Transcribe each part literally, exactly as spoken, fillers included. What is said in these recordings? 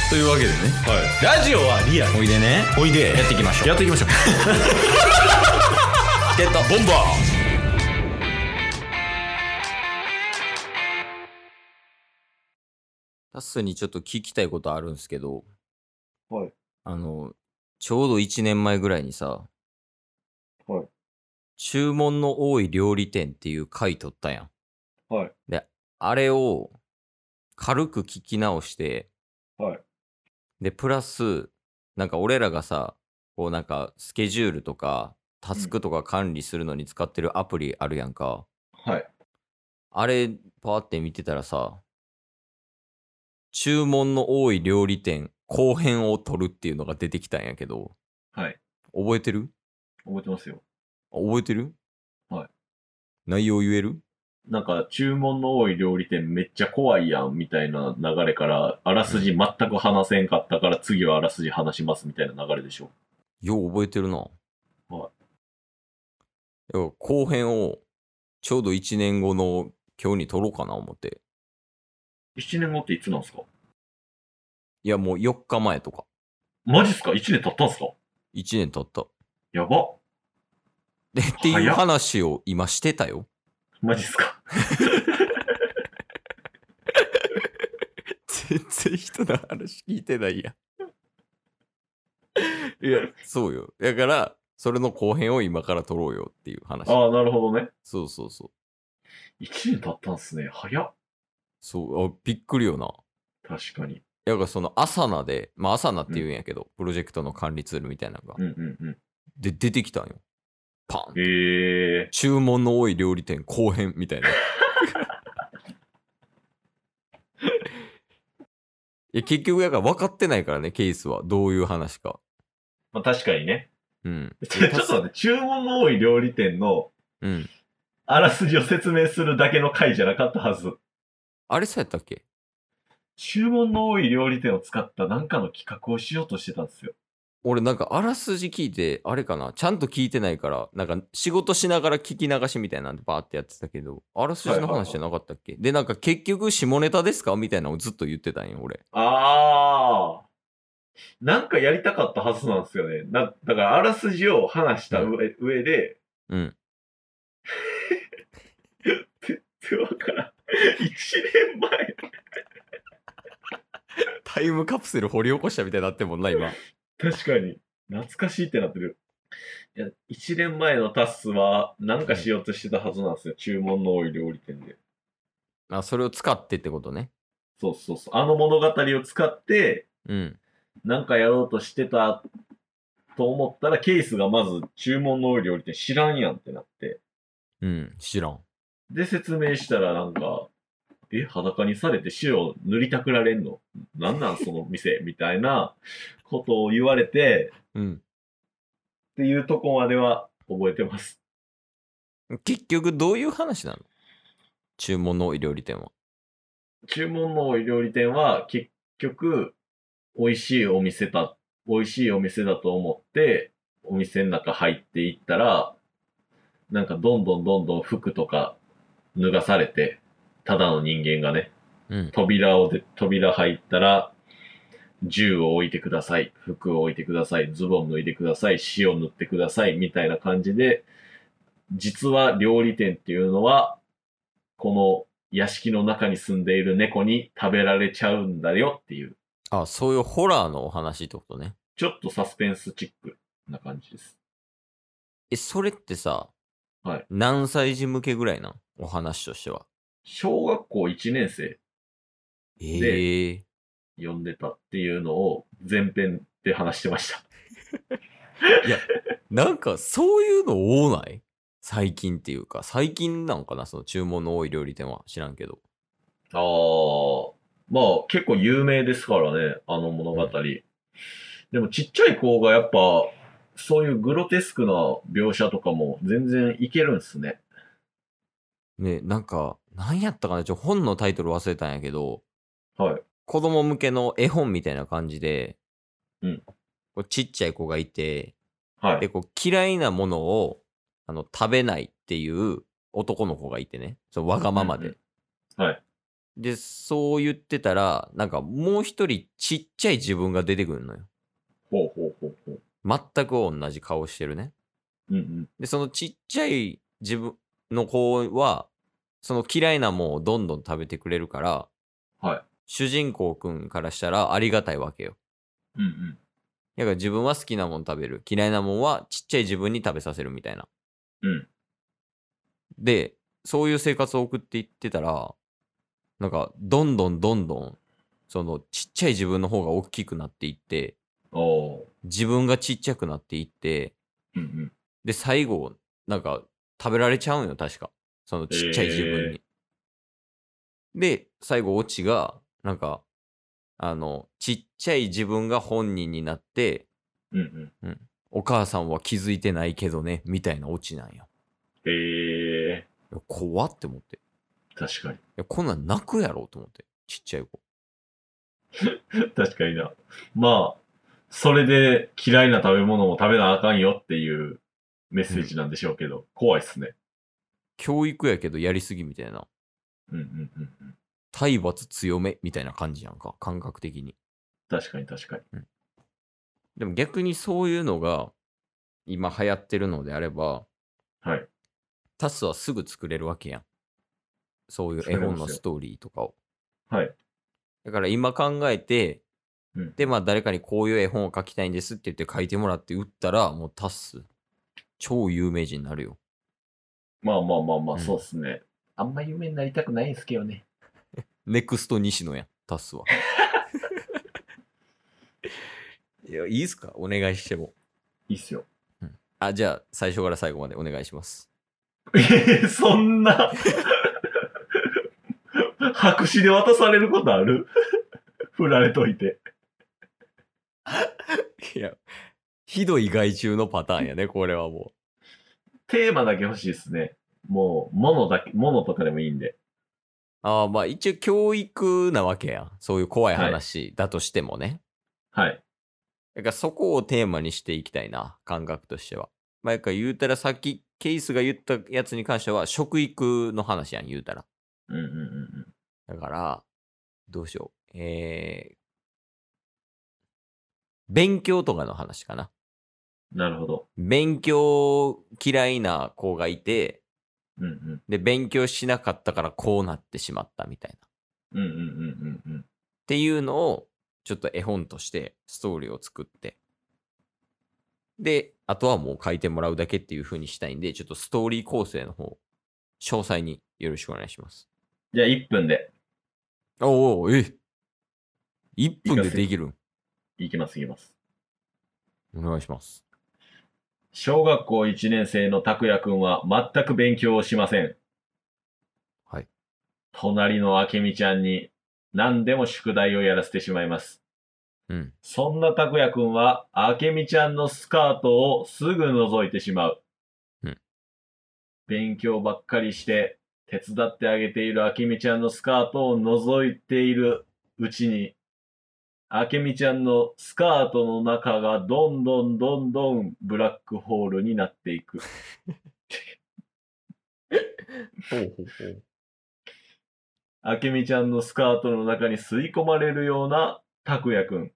というわけでね、 はい、ラジオはリアル。 おいでね、 おいでやっていきましょう。 やっていきましょう。 ゲットボンバタッスにちょっと聞きたいことあるんですけど、 はい。 あの、ちょうどいちねんまえぐらいにさ、 はい。 注文の多い料理店っていう回取ったやん。 はい。 で、あれを軽く聞き直して、 はい。 で、プラス、なんか俺らがさ、こうなんかスケジュールとかタスクとか管理するのに使ってるアプリあるやんか。 はい。 あれ、パーって見てたらさ、注文の多い料理店後編を取るっていうのが出てきたんやけど、 はい。 覚えてる？ 覚えてますよ。 あ、覚えてる？ はい。 内容言える？ なんか、注文の多い料理店めっちゃ怖いやん、みたいな流れから、あらすじ全く話せんかったから、次はあらすじ話しますみたいな流れでしょ。 よう覚えてるな。 はい。 いや後編をちょうどいちねんごの今日に撮ろうかな思って。 いちねんごっていつなんすか？ いやもうよっかまえとか。 マジっすか？ いち 年経ったんすか？ いちねん経った。 やば。 で、っていう早っ。 話を今してたよ。 マジっすか？ 全然人の話聞いてないやん。いや、そうよ。だから、それの後編を今から撮ろうよっていう話。 ああ、なるほどね。 そうそうそう。 いちねん経ったんすね。早っ。 そう、あびっくりよな。 確かに。 だからそのアサナで、まあアサナって言うん。 うんやけど、プロジェクトの管理ツールみたいなのが。 うんうんうん。 で、出てきたんよ。パンって。 へえ。 注文の多い料理店後編みたいな。いや、結局やから分かってないからね、ケースは。どういう話か。 まあ確かにね。 うん。 ちょっと待って、注文の多い料理店のうん。 あらすじを説明するだけの回じゃなかったはず。 あれそうやったっけ？ 注文の多い料理店を使った何かの企画をしようとしてたんですよ。 俺なんかあらすじ聞いて、あれかなちゃんと聞いてないから、なんか仕事しながら聞き流しみたいなんでバーってやってたけど、あらすじの話じゃなかったっけ？で、なんか結局下ネタですかみたいなのをずっと言ってたんよ、俺。 あー。なんかやりたかったはずなんですよね。な、だからあらすじを話したうん。 上、上で、 うん。 全然わからん。いちねんまえ。 タイムカプセル掘り起こしたみたいになってんもんな、今。 確かに。懐かしいってなってる。いや、いちねんまえのタスは、なんかしようとしてたはずなんですよ。注文の多い料理店で。 あ、それを使ってってことね。 そうそうそう。あの物語を使って、 うん。 なんかやろうとしてたと思ったら、ケースがまず注文の多い料理店知らんやんってなって。 うん、知らん。 で、説明したらなんか、え、裸にされて塩塗りたくられんの？なんなんその店みたいなことを言われて、 うん。 っていうとこまでは覚えてます。 結局どういう話なの？注文の多い料理店は。 注文の多い料理店は結局、美味しいお店だ、美味しいお店だと思って、お店の中入っていったら、なんかどんどんどんどん服とか脱がされて、ただの人間がね、 うん。 扉をで、扉入ったら、銃を置いてください、服を置いてください、ズボン脱いでください、塩塗ってください、みたいな感じで、実は料理店っていうのは、この屋敷の中に住んでいる猫に食べられちゃうんだよっていう、 あ、そういうホラーのお話ってことね。 ちょっとサスペンスチックな感じです。 え、それってさ、 はい。 何歳児向けぐらいなん？お話としては。 小学校いちねん生でええ読んでたっていうのを前編で話してました。 ー。いや、なんかそういうの多ない？最近っていうか、最近なんかな、その注文の多い料理店は知らんけど。 ああ、まあ結構有名ですからね、あの物語。 うん。 でもちっちゃい子がやっぱ、そういうグロテスクな描写とかも全然いけるんすね。 ね、なんか、なんやったかな、ちょ、本のタイトル忘れたんやけど、 はい。 子供向けの絵本みたいな感じで、 うん。 こうちっちゃい子がいて、で、 はい。 こう嫌いなものをあの食べないっていう男の子がいてね、そうわがままで。 うんうん。はい。 で、そう言ってたら、なんかもう一人ちっちゃい自分が出てくるのよ。 ほうほうほうほう。 全く同じ顔してるね。 うんうん。 で、そのちっちゃい自分の子は、その嫌いなもんをどんどん食べてくれるから、 はい。 主人公くんからしたらありがたいわけよ。 うんうん。 だから自分は好きなもん食べる。嫌いなもんはちっちゃい自分に食べさせるみたいな。 うん。 で、そういう生活を送っていってたら、なんか、どんどんどんどん、その、ちっちゃい自分の方が大きくなっていって、 おお。 自分がちっちゃくなっていって、 うんうん。 で、最後、なんか、食べられちゃうんよ、確か。そのちっちゃい自分に。 えで、最後、オチが、なんか、あの、ちっちゃい自分が本人になって、 ー。うんうん。 うん、お母さんは気づいてないけどね、みたいなオチなんよ。 ええいや怖って思って。いー。確かに。 や、こんなん泣くやろと思って。ちっちゃい子。 確かにな。まあ、それで嫌いな食べ物も食べなあかんよっていうメッセージなんでしょうけど、怖いっすね。 教育やけどやりすぎみたいな。 うんうんうんうん。 体罰強めみたいな感じやんか、感覚的に。 確かに確かに。 でも逆にそういうのが今流行ってるのであれば、 はい。 タスはすぐ作れるわけやん。そういう絵作れますよ。 本のストーリーとかを。 はい。 だから今考えて、 うん。 で、まあ誰かにこういう絵本を描きたいんですって言って書いてもらって売ったら、もうタス、超有名人になるよ。 まあまあまあまあ、 うんそうっすね。あんま有名になりたくないんすけどね。 ネクスト西野やん、タスは。いや、いいっすかお願いしても。 いいっすよ。 うんあ、じゃあ最初から最後までお願いします。 えそんな白紙で渡されることある振られといて。 いや、ひどい害虫のパターンやね、これはもテーマだけ欲しいですね。もう、ものだけ、ものとかでもいいんで。 う。ああ、まあ一応教育なわけやん。そういう怖いはい。 話だとしてもね。 はい。 だからそこをテーマにしていきたいな、感覚としては。まあ、やから言うたらさっきケイスが言ったやつに関しては食育の話やん、言うたら。 うんうんうんうん。 だから、どうしよう。えー、勉強とかの話かな。 なるほど。 勉強嫌いな子がいて、 うんうん。 で、勉強しなかったからこうなってしまったみたいな。っうんうんうんうんうん。 ていうのを、ちょっと絵本としてストーリーを作って、で、あとはもう書いてもらうだけっていう風にしたいんで、ちょっとストーリー構成の方、詳細によろしくお願いします。 じゃあいっぷんで。 おお、え ?いっ 分いかせ、 でできるんいきますいきます。 お願いします。 小学校いちねん生の拓也くんは全く勉強をしません。 はい。 隣の明美ちゃんに何でも宿題をやらせてしまいます。 うん。 そんな拓也くんは明美ちゃんのスカートをすぐ覗いてしまう。 うん勉強ばっかりして手伝ってあげている明美ちゃんのスカートを覗いているうちに、明美ちゃんのスカートの中がどんどんどんどんブラックホールになっていく。 ほうほうほう。 明美ちゃんのスカートの中に吸い込まれるような拓也くん。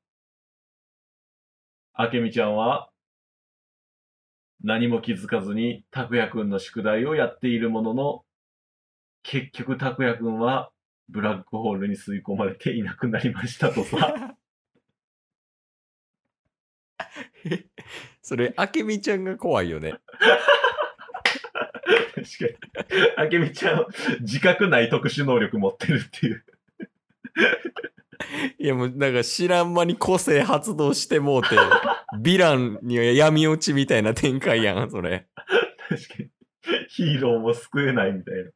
明美ちゃんは何も気づかずに拓也くんの宿題をやっているものの、結局拓也くんはブラックホールに吸い込まれていなくなりましたとさ。 それ、あけみちゃんが怖いよね。 確かに。明美ちゃん、自覚ない特殊能力持ってるっていう。 いやもうなんか知らん間に個性発動してもうて、ヴィランには闇落ちみたいな展開やん、それ。 確かに。ヒーローも救えないみたいな。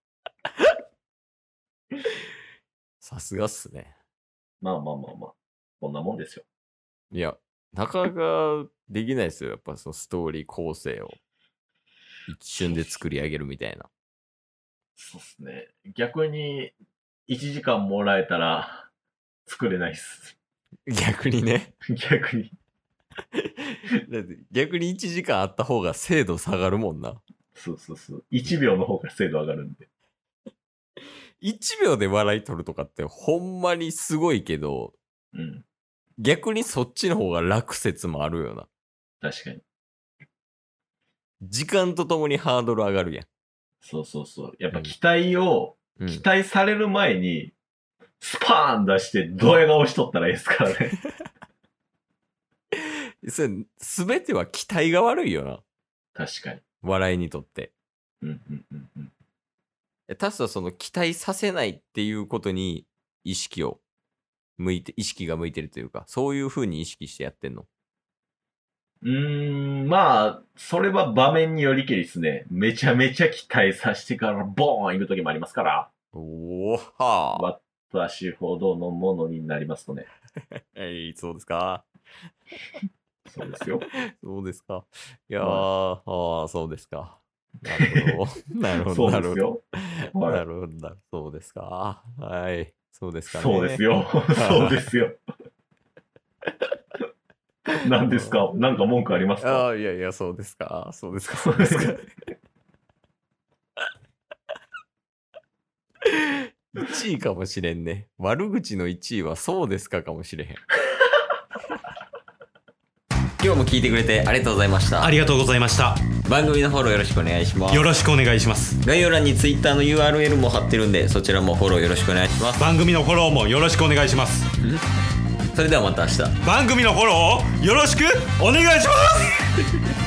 さすがっすね。 まあまあまあまあ。こんなもんですよ。 いや、なかなかできないですよ。やっぱそのストーリー構成を一瞬で作り上げるみたいな。 そうっすね。逆に、いちじかんもらえたら、作れないっす。 逆にね。 逆に。 だって逆にいちじかんあった方が精度下がるもんな。 そうそうそう。いちびょうの方が精度上がるんで。 いちびょうで笑い取るとかってほんまにすごいけど、 うん。 逆にそっちの方が楽説もあるよな。 確かに。 時間とともにハードル上がるやん。 そうそうそう。やっぱ期待を、 うん、 期待される前に、スパーン出してドヤ顔しとったらいいですからね。 それ、すべては期待が悪いよな。 確かに。 笑いにとって。 うんうんうんうん。 タスはその期待させないっていうことに意識を向いて、意識が向いてるというか、そういう風に意識してやってんの？ うーん、まあ、それは場面によりけりですね。めちゃめちゃ期待させてからボーン行く時もありますから。 おーはー。私ほどのものになりますとね。 えい、そうですか。 そうですよ。 そうですか。いやー、 はああ、そうですか。なるほど。なるほど。 そうですよ。はい。 なるほど。そうですか。はい。そうですかね。 そうですよ。そうですよ。何ですか？なんか文句ありますか？ ああ、いやいや、そうですか。そうですか。そうですか。いちいかもしれんね。悪口のいちいはそうですかかもしれへん。今日も聞いてくれてありがとうございました。 ありがとうございました。 番組のフォローよろしくお願いします。 よろしくお願いします。 概要欄に Twitter の ユーアールエル も貼ってるんで、そちらもフォローよろしくお願いします。 番組のフォローもよろしくお願いします。 それではまた明日。 番組のフォローをよろしくお願いします。